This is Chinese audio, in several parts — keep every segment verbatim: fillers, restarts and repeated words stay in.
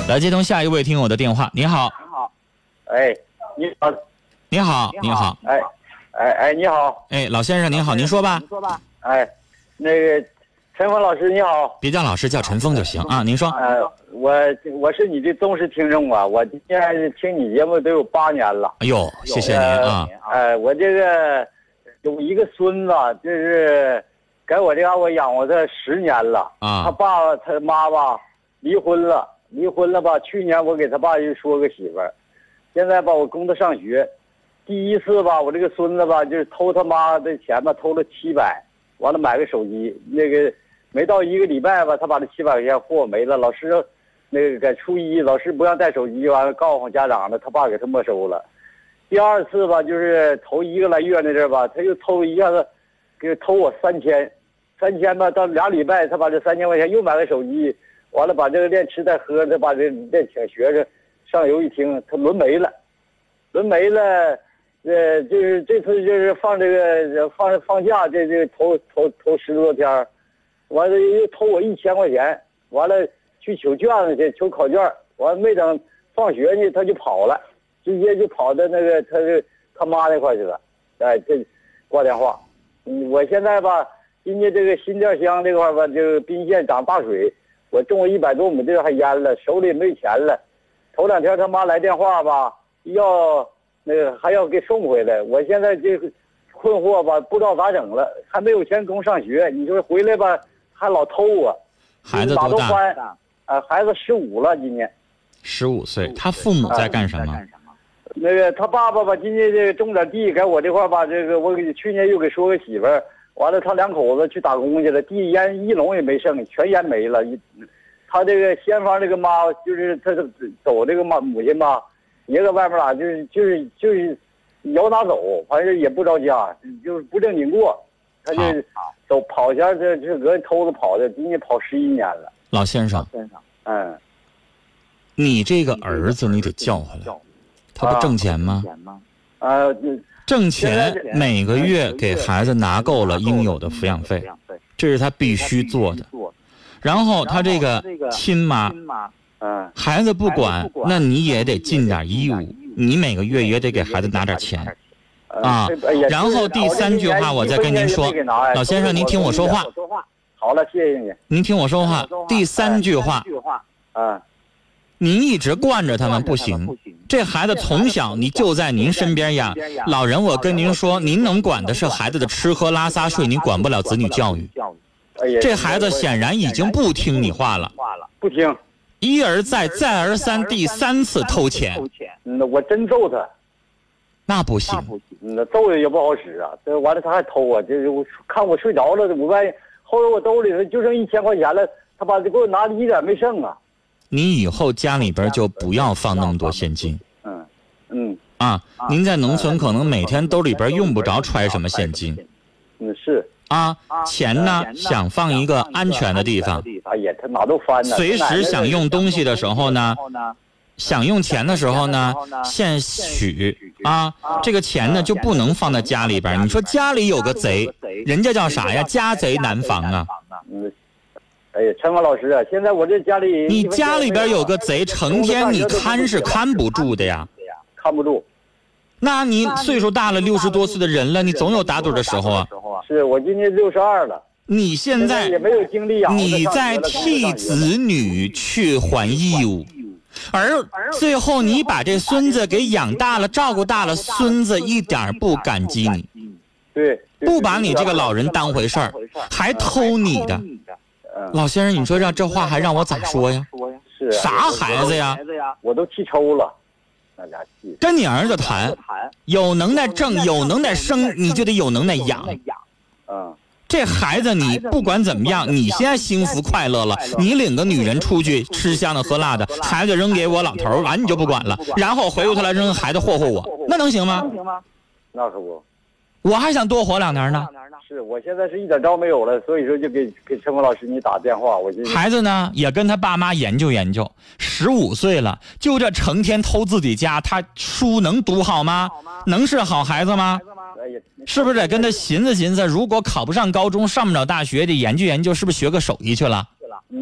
来接通下一位听友的电话。你好。 你好。哎，你好。 你好，你好。 哎，哎哎，你好。 哎，老先生您好，您说吧。 您说吧。哎，那个陈峰老师你好。 别叫老师，叫陈峰就行啊。您说。 呃，我我是你的忠实听众啊，我现在听你节目都有八年了。 哎呦，谢谢您啊。 哎、呃，我这个有一个孙子，就是给我这嘎我养活他十年了啊。他爸他妈吧离婚了，离婚了吧。去年我给他爸就说个媳妇儿，现在吧我供他上学。第一次吧，我这个孙子吧就是偷他妈的钱吧，偷了七百，完了买个手机，那个没到一个礼拜吧，他把这七百块钱货没了。老师那个在初一，老师不让带手机，完了告诉家长了，他爸给他没收了。第二次吧，就是头一个来月那阵吧，他又偷一下子，给偷我三千，三千吧，到俩礼拜，他把这三千块钱又买个手机，完了把这个练吃带喝，他把这练请学生上游戏厅，他轮没了，轮没了。呃，就是这次就是放这个放放假，这这头头头十多天，完了又偷我一千块钱，完了去取卷子去，取考卷，完了没等放学呢，他就跑了，直接就跑到那个他他妈那块去了。哎，这挂电话。嗯，我现在吧，今年这个新店乡这块吧，这个宾县涨大水，我种了一百多亩地还淹了，手里没钱了。头两天他妈来电话吧，要。那个还要给送回来，我现在这个困惑吧，不知道咋整了，还没有钱供上学。你说回来吧，还老偷我。 孩子多大？ 啊，孩子十五了，今年。 十五岁，他父母在干什么？ 那个他爸爸吧，今年这个种点地，在我这块吧，这个我给去年又给说个媳妇儿，完了他两口子去打工去了，地淹一垄也没剩，全淹没了。他这个先方这个妈，就是他走这个妈母亲吧。也搁外面啦，就是就是就是摇哪走，反正也不着家，就是不正经过。他就走跑下这这搁偷子跑的，今年跑十一年了。 老先生， 先生，嗯， 你这个儿子你得叫回来，他不挣钱吗？ 啊， 挣钱每个月给孩子拿够了应有的抚养费，这是他必须做的。然后他这个亲妈。 嗯， 孩子不管，那你也得尽点义务，你每个月也得给孩子拿点钱，啊。然后第三句话我再跟您说，老先生您听我说话。 好了，谢谢你。 您听我说话。第三句话， 啊， 您一直惯着他们不行。这孩子从小你就在您身边养，老人我跟您说，您能管的是孩子的吃喝拉撒睡，您管不了子女教育。这孩子显然已经不听你话了， 不听。 一而再，再而三，第三次偷钱。 嗯，我真揍他， 那不行。 那揍的也不好使啊。这完了他还偷我，这我看我睡着了，我万一后来我兜里头就剩一千块钱了，他把这给我拿的一点没剩啊。 你以后家里边就不要放那么多现金。 嗯嗯啊，您在农村可能每天兜里边用不着揣什么现金。 嗯，是。 啊，钱呢想放一个安全的地方。 哎呀，他哪都翻呢。 随时想用东西的时候呢，想用钱的时候呢，现取啊。这个钱呢就不能放在家里边。你说家里有个贼，人家叫啥呀？家贼难防啊。 嗯，哎呀，陈芳老师啊，现在我这家里你家里边有个贼，成天你看是看不住的呀， 看不住。 那你岁数大了，六十多岁的人了，你总有打盹的时候啊。 是我今年六十二了。 你现在也没有精力养， 你在替子女去还义务，而最后你把这孙子给养大了，照顾大了，孙子一点不感激你， 对， 不把你这个老人当回事儿，还偷你的。老先生，你说让这话还让我咋说呀？ 是啥孩子呀？ 我都气抽了。 跟你儿子谈，有能耐挣，有能耐生，你就得有能耐养。 嗯。 这孩子你不管怎么样，你现在幸福快乐了，你领个女人出去吃香的喝辣的，孩子扔给我老头，完你就不管了，然后回过头来扔孩子霍霍我，那能行吗？ 那可不， 我还想多活两年呢。 是我现在是一点招没有了，所以说就给给陈峰老师你打电话。我就孩子呢也跟他爸妈研究研究，十五岁了，就这成天偷自己家，他书能读好吗？能是好孩子吗？是不是得跟他寻思寻思？如果考不上高中，上不了大学，得研究研究，是不是学个手艺去了？ 嗯，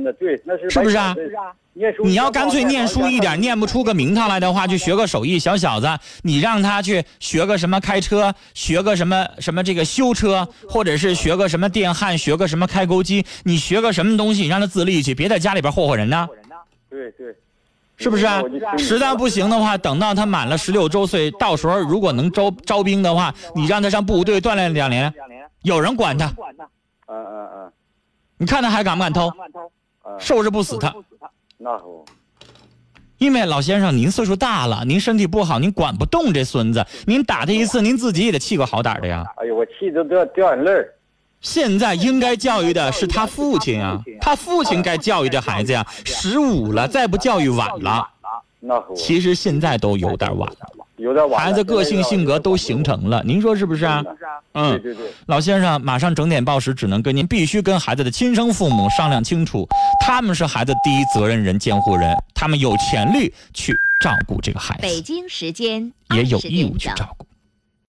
孙子，对，那是是不是啊？ 念书， 你要干脆念书一点，念不出个名堂来的话，就学个手艺。小小子，你让他去学个什么开车，学个什么什么这个修车，或者是学个什么电焊，学个什么开钩机，你学个什么东西，你让他自立去，别在家里边霍霍人呢。 对对， 是不是啊？实在不行的话，等到他满了十六周岁，到时候如果能招招兵的话，你让他上部队锻炼两年，有人管他。 嗯嗯嗯， 你看他还敢不敢偷？收拾不死他。 那不， 因为老先生您岁数大了，您身体不好，您管不动这孙子，您打他一次，您自己也得气个好歹的呀。 哎呦，我气得都要掉眼泪儿。 现在应该教育的是他父亲啊，他父亲该教育的孩子呀，十五了再不教育晚了。 那其实现在都有点晚了。 有点晚， 孩子个性性格都形成了，您说是不是啊？ 嗯，对对对。 老先生，马上整点报时，只能跟您必须跟孩子的亲生父母商量清楚，他们是孩子第一责任人、监护人，他们有权利去照顾这个孩子， 北京时间也有义务去照顾。